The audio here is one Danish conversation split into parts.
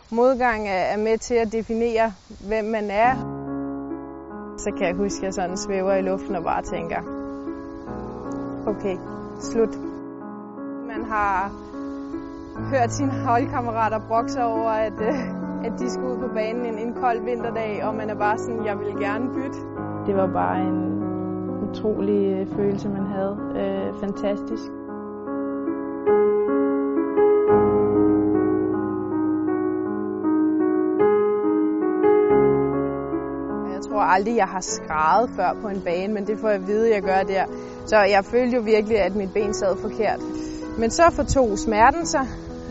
modgang er med til at definere, hvem man er. Så kan jeg huske, at jeg sådan svæver i luften og bare tænker, okay, slut. Man har hørt sine holdkammerater brokse over, at de skulle ud på banen en kold vinterdag, og man er bare sådan, jeg vil gerne bytte. Det var bare en utrolig følelse, man havde. Fantastisk. Jeg tror aldrig, jeg har skrædet før på en bane, men det får jeg at vide, jeg gør der. Så jeg følte jo virkelig, at mit ben sad forkert. Men så fortog smerten sig.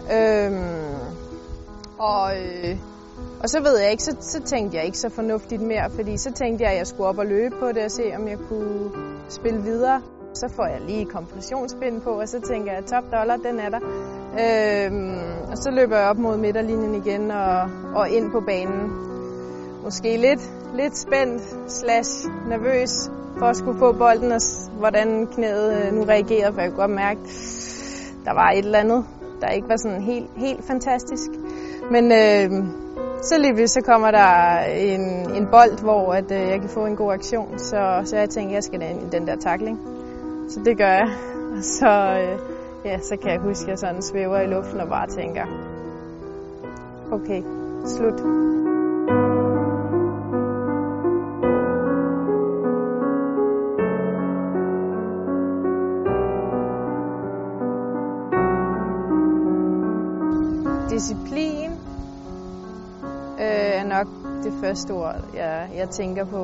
Og så ved jeg ikke, så tænkte jeg ikke så fornuftigt mere, fordi så tænkte jeg, at jeg skulle op og løbe på det og se, om jeg kunne spille videre. Så får jeg lige kompressionsbind på, og så tænker jeg, top dollar, den er der. Og så løber jeg op mod midterlinjen igen og ind på banen. Måske lidt spændt / nervøs for at skulle få bolden, og hvordan knæet nu reagerede, for jeg kunne godt mærke, der var et eller andet, der ikke var sådan helt fantastisk. Men så lige så kommer der en bold, hvor jeg kan få en god aktion, så jeg tænker, jeg skal da ind i den der tackling. Så det gør jeg. Og så kan jeg huske, at jeg sådan svæver i luften og bare tænker, okay, slut. Disciplin er nok det første ord, jeg tænker på.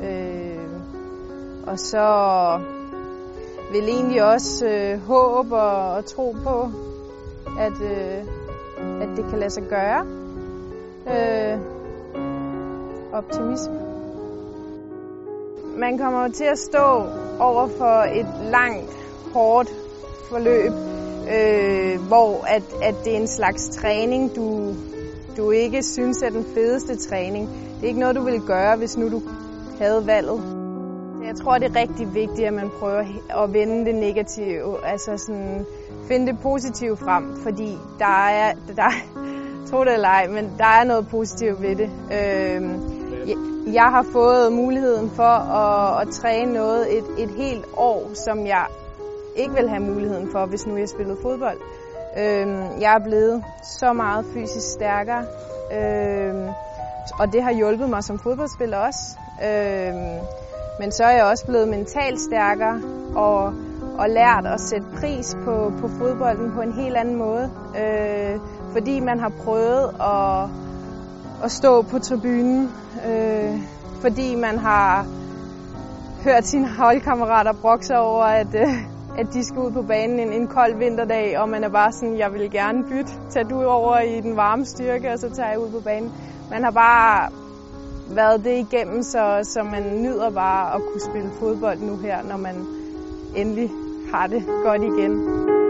Og så vil egentlig også håb og tro på, at det kan lade sig gøre. Optimisme. Man kommer til at stå over for et langt, hårdt forløb, hvor at det er en slags træning, du ikke synes er den fedeste træning. Det er ikke noget, du ville gøre, hvis nu du havde valget. Jeg tror, det er rigtig vigtigt, at man prøver at vende det negative, altså sådan finde det positive frem, fordi tro det eller ej, men der er noget positivt ved det. Jeg har fået muligheden for at træne noget et helt år, som jeg ikke vil have muligheden for, hvis nu jeg spillede fodbold. Jeg er blevet så meget fysisk stærkere, og det har hjulpet mig som fodboldspiller også. Men så er jeg også blevet mentalt stærkere og lært at sætte pris på fodbolden på en helt anden måde. Fordi man har prøvet at stå på tribunen. Fordi man har hørt sine holdkammerater brokse over, at de skal ud på banen en kold vinterdag, og man er bare sådan, jeg vil gerne bytte. Tag du over i den varme styrke, og så tager jeg ud på banen. Man har bare været det igennem, så man nyder bare at kunne spille fodbold nu her, når man endelig har det godt igen.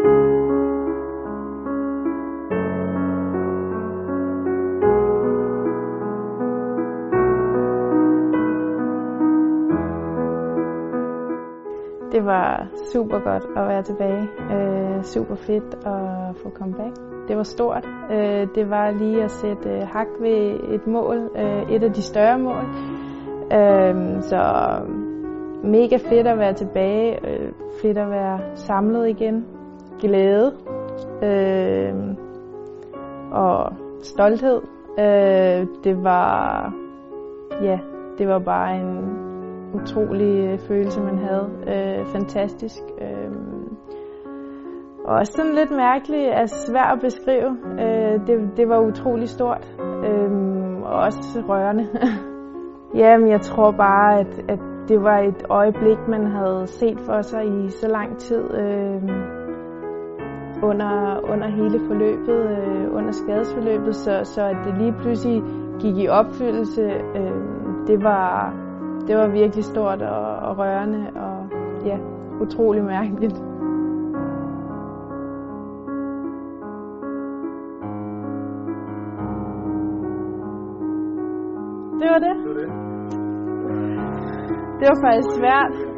Det var super godt at være tilbage. Super fedt at få comeback. Det var stort. Det var lige at sætte hak ved et mål. Et af de større mål. Så mega fedt at være tilbage. Fedt at være samlet igen. Glæde. Og stolthed. Det var bare en utrolig følelse, man havde. Fantastisk. Og også sådan lidt mærkeligt, svært at beskrive. Det var utrolig stort. Og også rørende. Jamen, jeg tror bare, at det var et øjeblik, man havde set for sig i så lang tid. Under hele forløbet, under skadesforløbet, så at det lige pludselig gik i opfyldelse, det var virkelig stort og rørende og ja, utrolig mærkeligt. Det var det. Det var faktisk svært.